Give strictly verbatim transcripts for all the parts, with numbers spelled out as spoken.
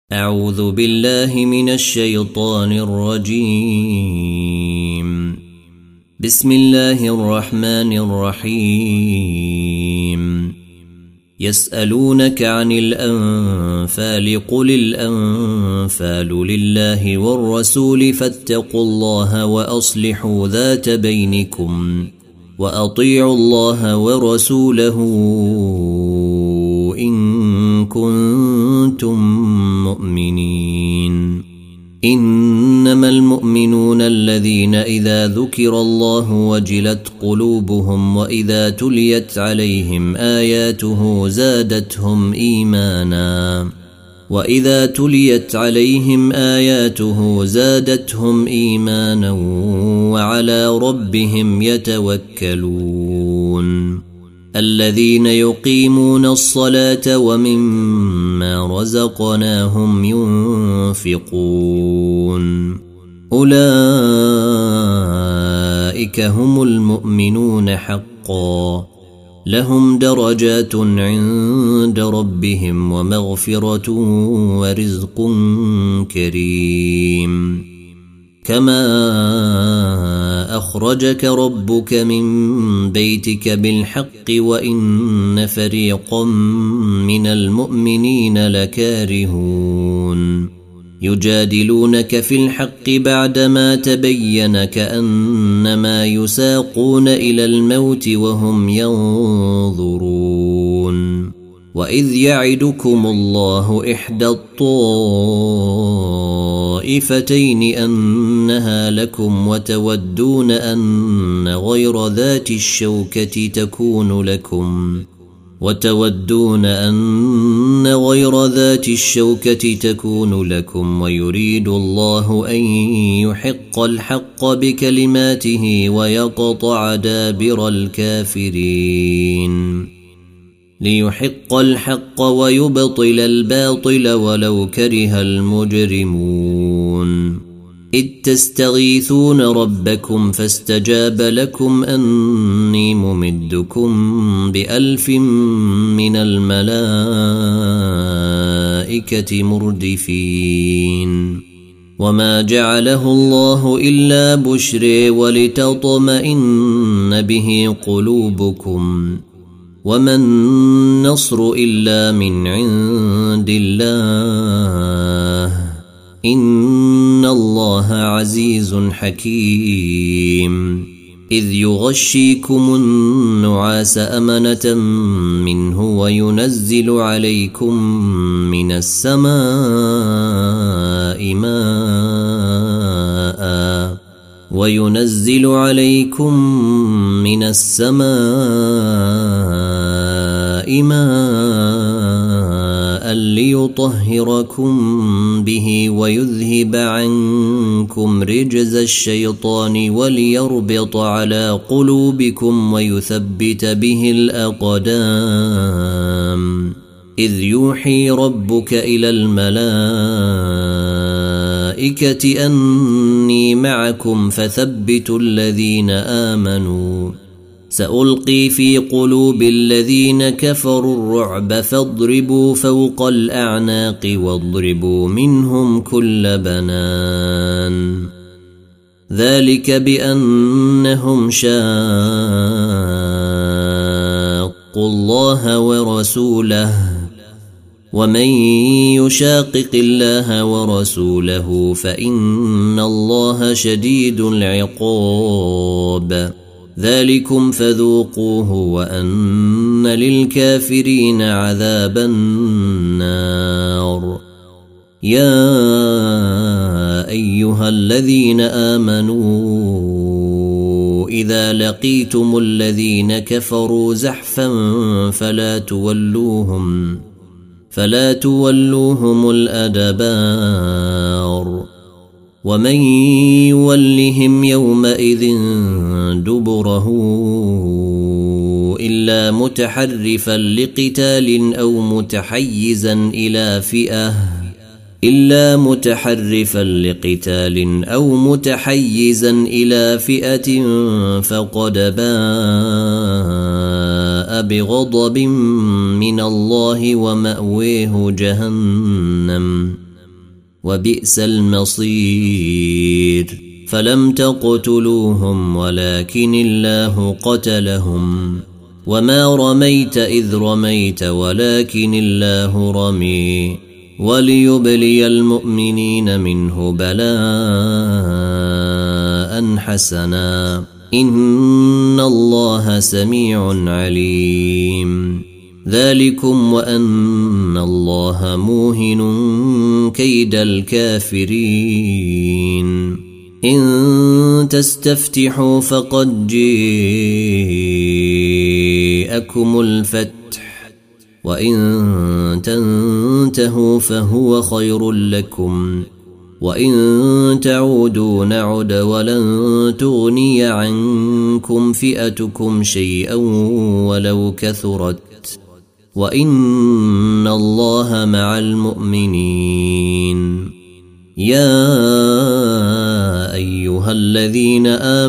أعوذ بالله من الشيطان الرجيم. بسم الله الرحمن الرحيم. يسألونك عن الأنفال قل الأنفال لله والرسول فاتقوا الله وأصلحوا ذات بينكم وأطيعوا الله ورسوله إن كنتم مؤمنين. إنما المؤمنون الذين إذا ذكر الله وجلت قلوبهم وإذا تليت عليهم آياته زادتهم إيمانا وإذا تليت عليهم آياته زادتهم إيمانا وعلى ربهم يتوكلون. الذين يقيمون الصلاة ومما رزقناهم ينفقون أولئك هم المؤمنون حقا لهم درجات عند ربهم ومغفرة ورزق كريم. كما أخرجك ربك من بيتك بالحق وإن فريقا من المؤمنين لكارهون يجادلونك في الحق بعدما تبين كأنما يساقون إلى الموت وهم ينظرون. وإذ يعدكم الله إحدى الطائفتين أنها لكم وتودون أن غير ذات الشوكة تكون لكم وتودون أن غير ذات الشوكة تكون لكم ويريد الله أن يحق الحق بكلماته ويقطع دابر الكافرين. ليحق الحق ويبطل الباطل ولو كره المجرمون. إذ تستغيثون ربكم فاستجاب لكم أني ممدكم بألف من الملائكة مردفين. وما جعله الله إلا بشرى ولتطمئن به قلوبكم وما النصر إلا من عند الله إن الله عزيز حكيم. إذ يغشيكم النعاس أمنة منه وينزل عليكم من السماء ماء وينزل عليكم من السماء ماء ليطهركم به ويذهب عنكم رجز الشيطان وليربط على قلوبكم ويثبت به الأقدام. إذ يوحي ربك إلى الملائكة أني معكم فثبتوا الذين آمنوا سألقي في قلوب الذين كفروا الرعب فاضربوا فوق الأعناق واضربوا منهم كل بنان. ذلك بأنهم شاقوا الله ورسوله ومن يشاقق الله ورسوله فإن الله شديد العقاب. ذلكم فذوقوه وأن للكافرين عذاب النار. يا أيها الذين آمنوا إذا لقيتم الذين كفروا زحفا فلا تولوهم فلا تولوهم الأدبار. ومن يولهم يومئذ دبره إلا متحرفا لقتال أو متحيزا إلى فئة إلا متحرفا لقتال أو متحيزا إلى فئة فقد باء بغضب من الله ومأويه جهنم وبئس المصير. فلم تقتلوهم ولكن الله قتلهم وما رميت إذ رميت ولكن الله رمي وليبلي المؤمنين منه بلاء حسنا إن الله سميع عليم. ذلكم وأن الله موهن كيد الكافرين. إن تستفتحوا فقد جاءكم الفتح وإن تنتهوا فهو خير لكم وإن تعودوا نعد ولن تغني عنكم فئتكم شيئا ولو كثرت وإن الله مع المؤمنين. يا أيها الذين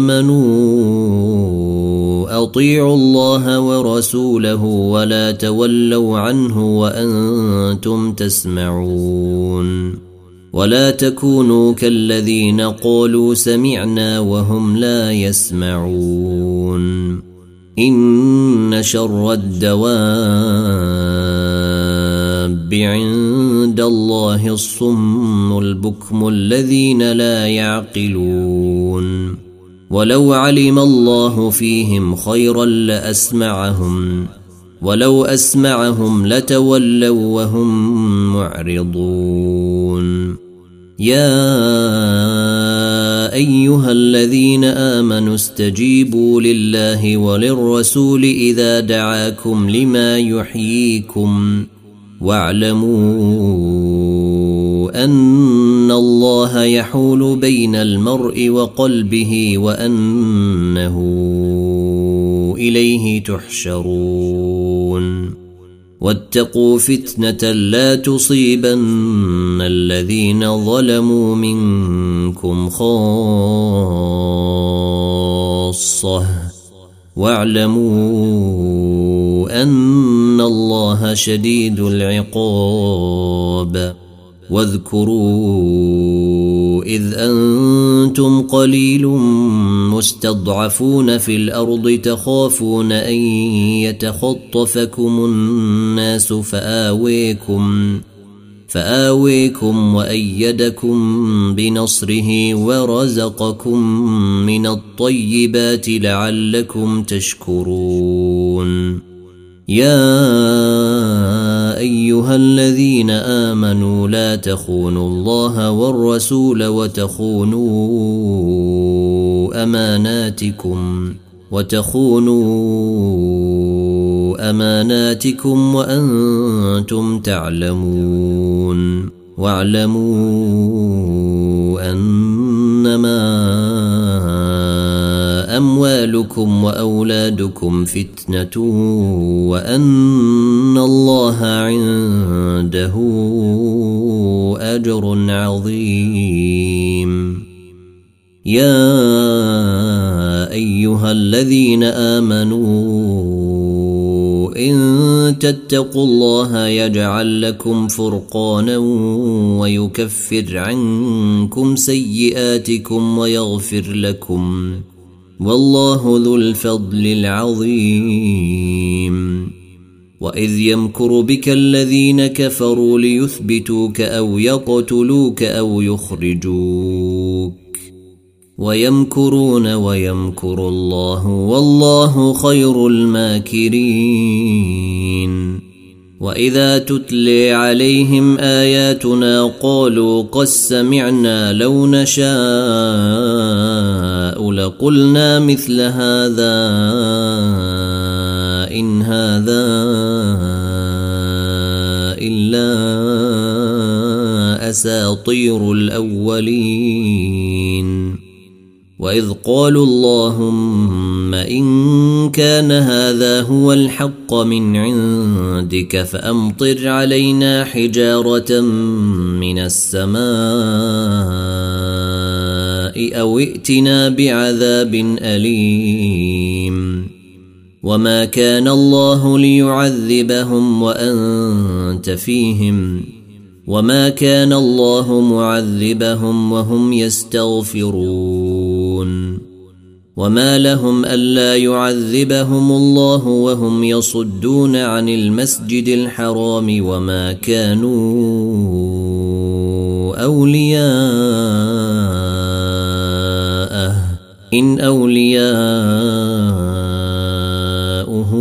آمنوا أطيعوا الله ورسوله ولا تولوا عنه وأنتم تسمعون. ولا تكونوا كالذين قالوا سمعنا وهم لا يسمعون. إن شر الدواب عند الله الصم البكم الذين لا يعقلون. ولو علم الله فيهم خيرا لأسمعهم ولو أسمعهم لتولوا وهم معرضون. يا أيها الذين آمنوا استجيبوا لله وللرسول إذا دعاكم لما يحييكم واعلموا أن الله يحول بين المرء وقلبه وأنه إليه تحشرون. واتقوا فتنة لا تصيبن الذين ظلموا منكم خاصة واعلموا أن الله شديد العقاب. واذكروا إذ أنتم قليل مستضعفون في الأرض تخافون أن يتخطفكم الناس فآويكم فآويكم وأيدكم بنصره ورزقكم من الطيبات لعلكم تشكرون. يا أيها الذين آمنوا لا تخونوا الله والرسول وتخونوا أماناتكم وتخونوا أماناتكم وأنتم تعلمون. واعلموا أنما أموالكم وأولادكم فتنة وأن الله عنده أجر عظيم. يا أيها الذين آمنوا إن تتقوا الله يجعل لكم فرقانا ويكفر عنكم سيئاتكم ويغفر لكم والله ذو الفضل العظيم. وإذ يمكر بك الذين كفروا ليثبتوك أو يقتلوك أو يخرجوك ويمكرون ويمكر الله والله خير الماكرين. وإذا تتلي عليهم آياتنا قالوا قد سمعنا لو نشاء لقلنا مثل هذا إن هذا إلا أساطير الأولين. وإذ قالوا اللهم إن كان هذا هو الحق من عندك فأمطر علينا حجارة من السماء أو ائتنا بعذاب أليم. وما كان الله ليعذبهم وأنت فيهم وما كان الله معذبهم وهم يستغفرون وما لهم ألا يعذبهم الله وهم يصدون عن المسجد الحرام وما كانوا أولياءه إن أولياؤه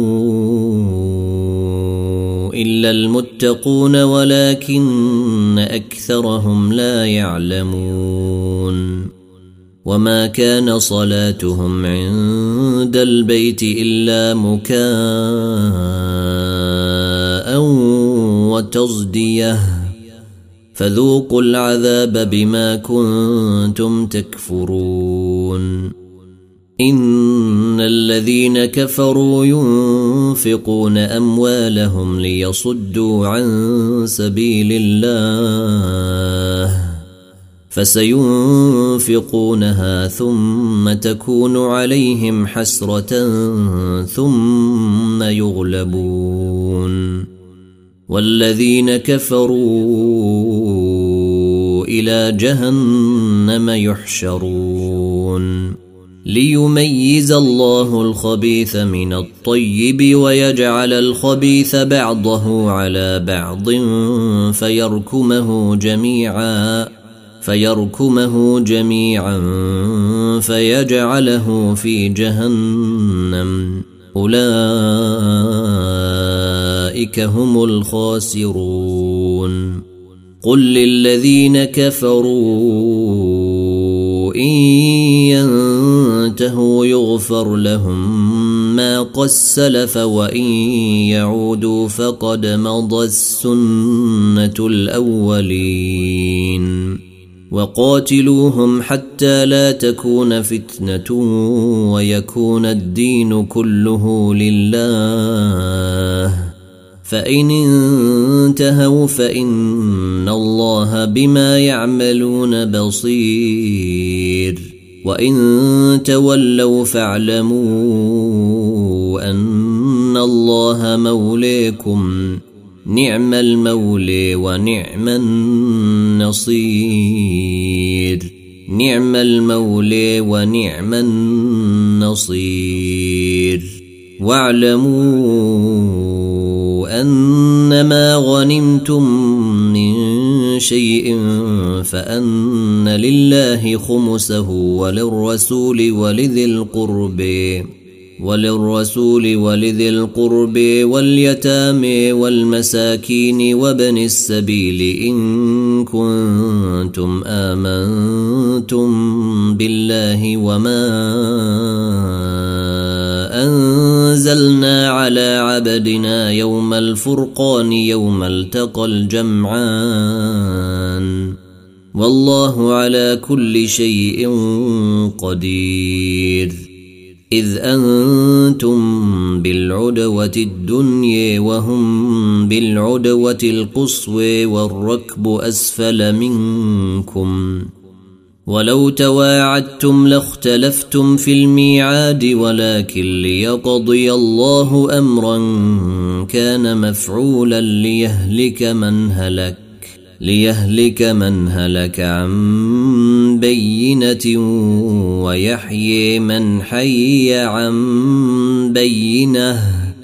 إلا المتقون ولكن أكثرهم لا يعلمون وما كان صلاتهم عند البيت إلا مكاء وتصدية فذوقوا العذاب بما كنتم تكفرون إن الذين كفروا ينفقون أموالهم ليصدوا عن سبيل الله فسينفقونها ثم تكون عليهم حسرة ثم يغلبون والذين كفروا إلى جهنم يحشرون ليميز الله الخبيث من الطيب ويجعل الخبيث بعضه على بعض فيركمه جميعا فيركمه جميعا فيجعله في جهنم أولئك هم الخاسرون قل للذين كفروا إن ينتهوا يغفر لهم ما قد سلف وإن يعودوا فقد مضت السنة الأولين وقاتلوهم حتى لا تكون فتنة ويكون الدين كله لله فإن انتهوا فإن الله بما يعملون بصير وإن تولوا فاعلموا أن الله مولاكم نعم المولى ونعم النصير نعم المولى ونعم النصير واعلموا أنما غنمتم من شيء فأن لله خمسه وللرسول ولذي القرب وللرسول ولذي القرب واليتامى والمساكين وابن السبيل إن كنتم آمنتم بالله وما أنزلنا على عبدنا يوم الفرقان يوم التقى الجمعان والله على كل شيء قدير إذ أنتم بالعدوة الدنيا وهم بالعدوة القصوى والركب أسفل منكم ولو تواعدتم لاختلفتم في الميعاد ولكن ليقضي الله أمرا كان مفعولا ليهلك من هلك ليهلك من هلك عن بينة ويحيي من حي عن بينة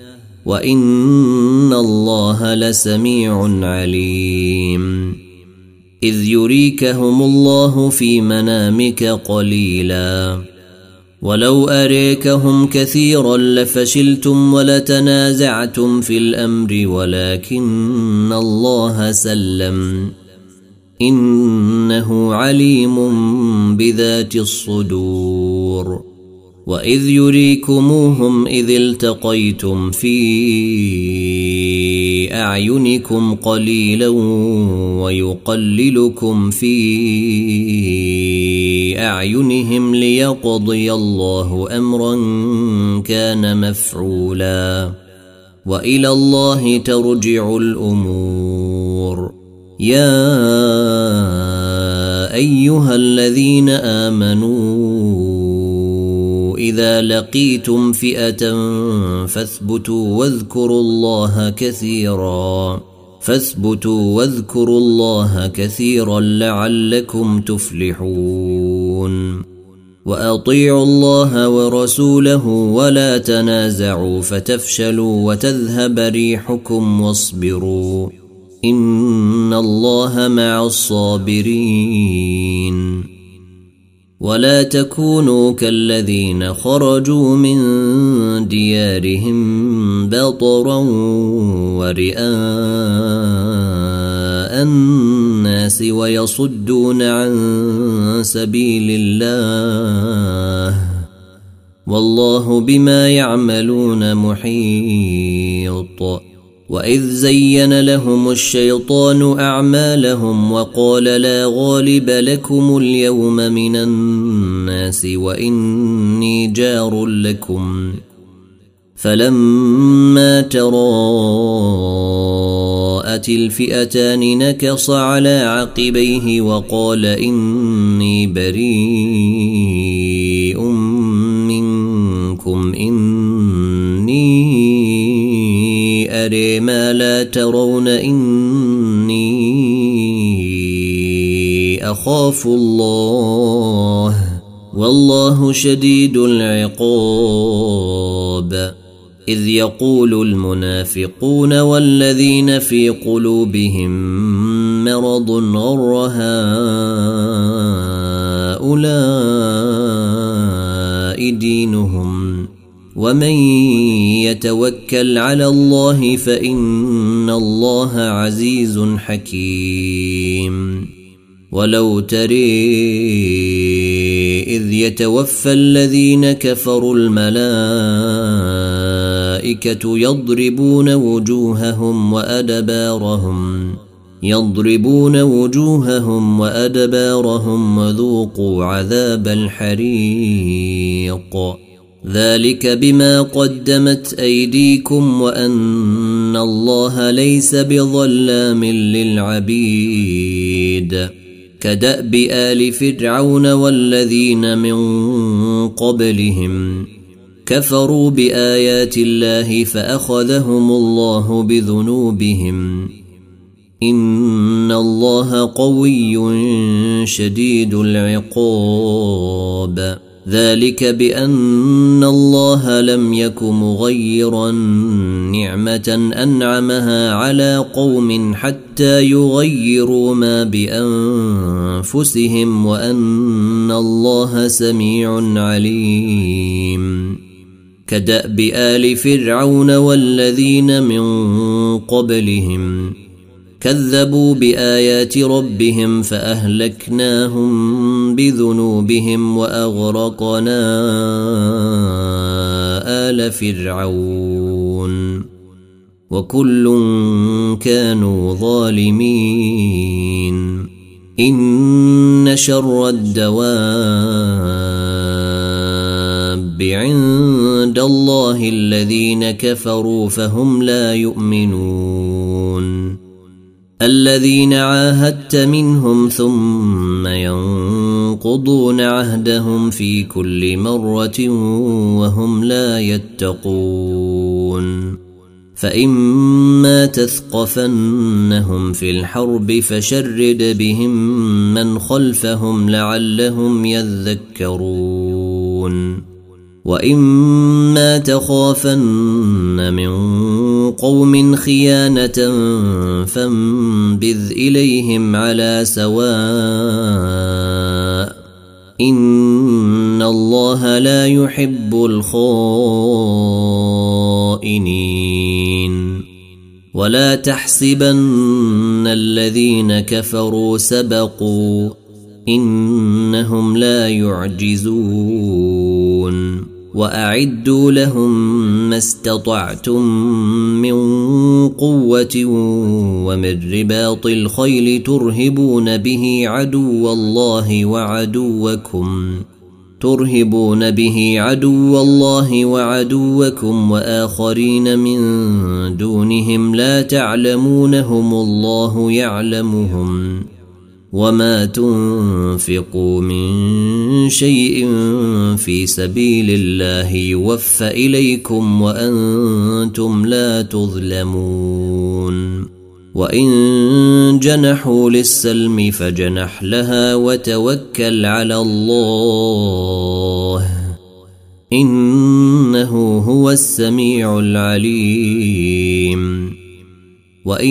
وإن الله لسميع عليم إذ يريكهم الله في منامك قليلا ولو أريكهم كثيرا لفشلتم ولتنازعتم في الأمر ولكن الله سلم إنه عليم بذات الصدور وإذ يريكموهم إذ التقيتم في أعينكم قليلا ويقللكم في أعينهم ليقضي الله أمرا كان مفعولا وإلى الله ترجع الأمور يا أيها الذين آمنوا إذا لقيتم فئة فاثبتوا واذكروا الله كثيرا فاثبتوا واذكروا الله كثيرا لعلكم تفلحون وأطيعوا الله ورسوله ولا تنازعوا فتفشلوا وتذهب ريحكم واصبروا إن الله مع الصابرين ولا تكونوا كالذين خرجوا من ديارهم بطرا ورئاء الناس ويصدون عن سبيل الله والله بما يعملون محيط وإذ زين لهم الشيطان أعمالهم وقال لا غالب لكم اليوم من الناس وإني جار لكم فلما تراءت الفئتان نكص على عقبيه وقال إني بريء منكم إني أري ما لا ترون إني أخاف الله والله شديد العقاب إذ يقول المنافقون والذين في قلوبهم مرض غر هؤلاء دينهم ومن يتوكل على الله فإن الله عزيز حكيم ولو تري إذ يتوفى الذين كفروا الملائكة يضربون وجوههم وأدبارهم يضربون وجوههم وأدبارهم وذوقوا عذاب الحريق ذلك بما قدمت أيديكم وأن الله ليس بظلام للعبيد كدأب آل فرعون والذين من قبلهم كفروا بآيات الله فأخذهم الله بذنوبهم إن الله قوي شديد العقاب ذلك بأن الله لم يك مغيرا نعمة أنعمها على قوم حتى يغيروا ما بأنفسهم وأن الله سميع عليم كدأب آل فرعون والذين من قبلهم كذبوا بآيات ربهم فأهلكناهم بذنوبهم وأغرقنا آل فرعون وكل كانوا ظالمين إن شر الدواب عند الله الذين كفروا فهم لا يؤمنون الذين عاهدت منهم ثم ينقضون عهدهم في كل مرة وهم لا يتقون فإما تثقفنهم في الحرب فشرد بهم من خلفهم لعلهم يذكرون وإما تخافن من قوم خيانة فانبذ إليهم على سواء إن الله لا يحب الخائنين ولا تحسبن الذين كفروا سبقوا إنهم لا يعجزون وأعدوا لهم ما استطعتم من قوة ومن رباط الخيل ترهبون به عدو الله وعدوكم ترهبون به عدو الله وعدوكم وآخرين من دونهم لا تعلمونهم الله يعلمهم وما تنفقوا من شيء في سبيل الله يوفى إليكم وأنتم لا تظلمون وإن جنحوا للسلم فجنح لها وتوكل على الله إنه هو السميع العليم وإن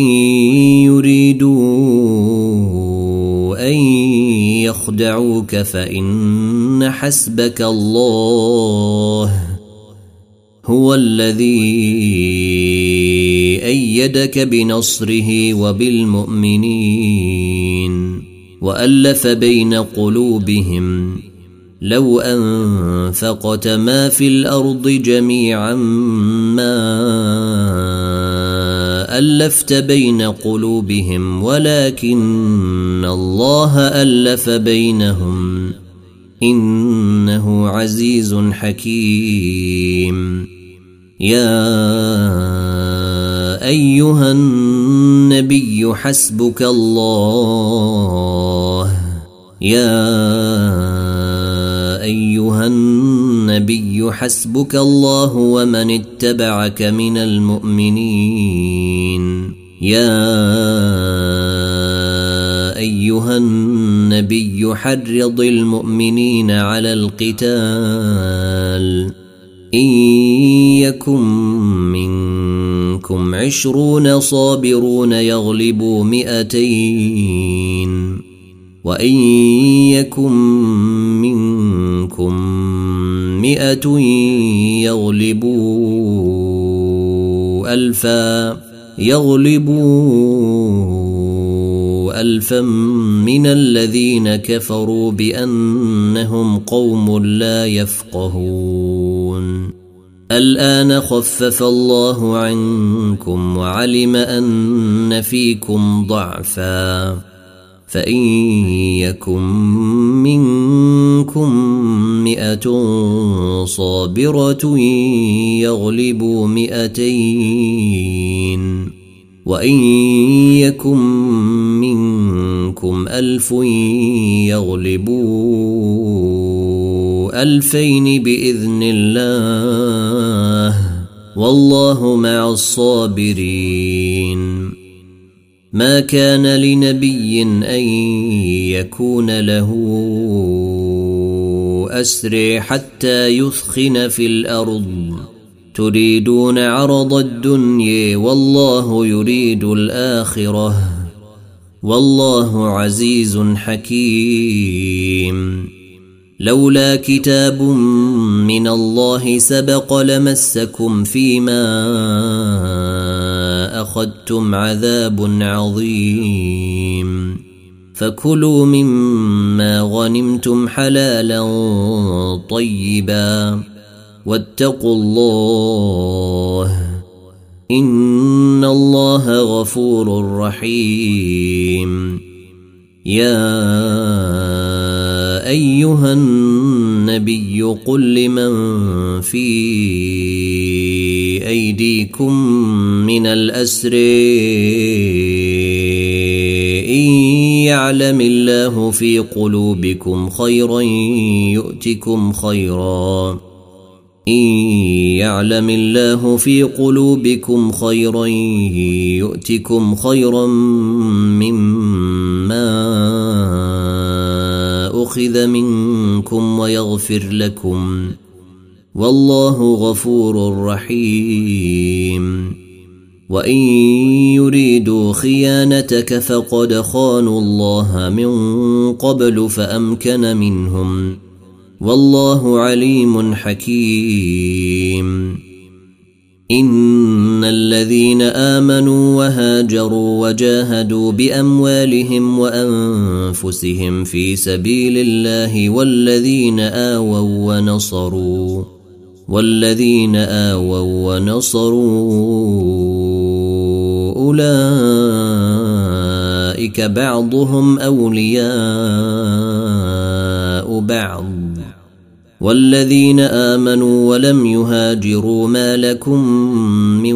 يريدوا أن يخدعوك فإن حسبك الله هو الذي أيدك بنصره وبالمؤمنين وألف بين قلوبهم لو أنفقت ما في الأرض جميعا ما ألفت بين قلوبهم ولكن الله ألف بينهم إنه عزيز حكيم يا أيها النبي حسبك الله يا أيها النبي حسبك الله ومن اتبعك من المؤمنين يا أيها النبي حرض المؤمنين على القتال إن يكن منكم عشرون صابرون يغلبوا مئتين وإن يكن منكم مئة يغلبوا ألفا يغلبوا ألفا من الذين كفروا بأنهم قوم لا يفقهون الآن خفف الله عنكم وعلم أن فيكم ضعفا فإن يكن منكم مئة صابرة يغلبوا مئتين وإن يكن منكم ألف يغلبوا ألفين بإذن الله والله مع الصابرين ما كان لنبي أن يكون له أسر حتى يثخن في الأرض تريدون عرض الدنيا والله يريد الآخرة والله عزيز حكيم لولا كتاب من الله سبق لمسكم فيما أخذتم عذاب عظيم فكلوا مما غنمتم حلالا طيبا واتقوا الله إن الله غفور رحيم يا أيها النبي قل لمن في أيديكم من الأسر إن يعلم الله في قلوبكم خيرا يؤتكم خيرا إن يعلم الله في قلوبكم خيرا يؤتكم خيرا مما أخذ منكم ويغفر لكم والله غفور رحيم وإن يريدوا خيانتك فقد خانوا الله من قبل فأمكن منهم والله عليم حكيم إن الذين آمنوا وهاجروا وجاهدوا بأموالهم وأنفسهم في سبيل الله والذين آووا ونصروا والذين آووا ونصروا أولئك بعضهم أولياء بعض والذين آمنوا ولم يهاجروا ما لكم من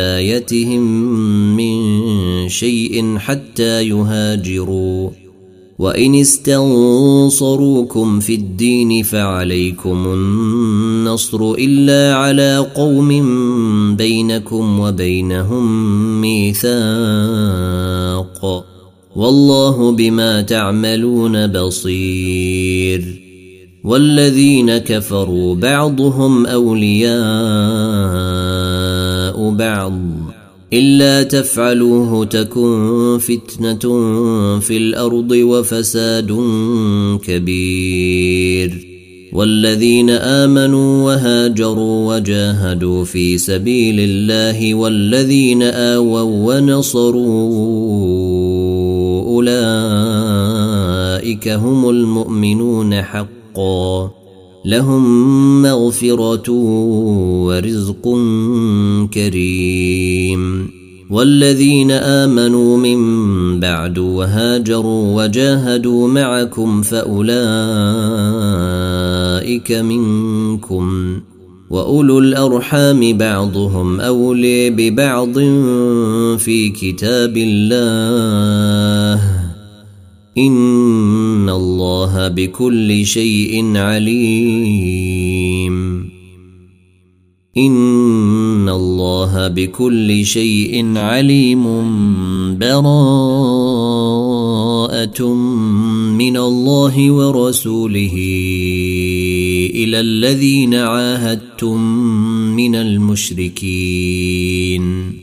ولايتهم من شيء حتى يهاجروا وإن استنصروكم في الدين فعليكم النصر إلا على قوم بينكم وبينهم ميثاق والله بما تعملون بصير والذين كفروا بعضهم أولياء بعض إلا تفعلوه تكن فتنة في الأرض وفساد كبير والذين آمنوا وهاجروا وجاهدوا في سبيل الله والذين آووا ونصروا أولئك هم المؤمنون حقا لهم مغفرة ورزق كريم والذين آمنوا من بعد وهاجروا وجاهدوا معكم فأولئك منكم وأولو الأرحام بعضهم أولي ببعض في كتاب الله إن الله بكل شيء عليم إن الله بكل شيء عليم براءة من الله ورسوله إلى الذين عاهدتم من المشركين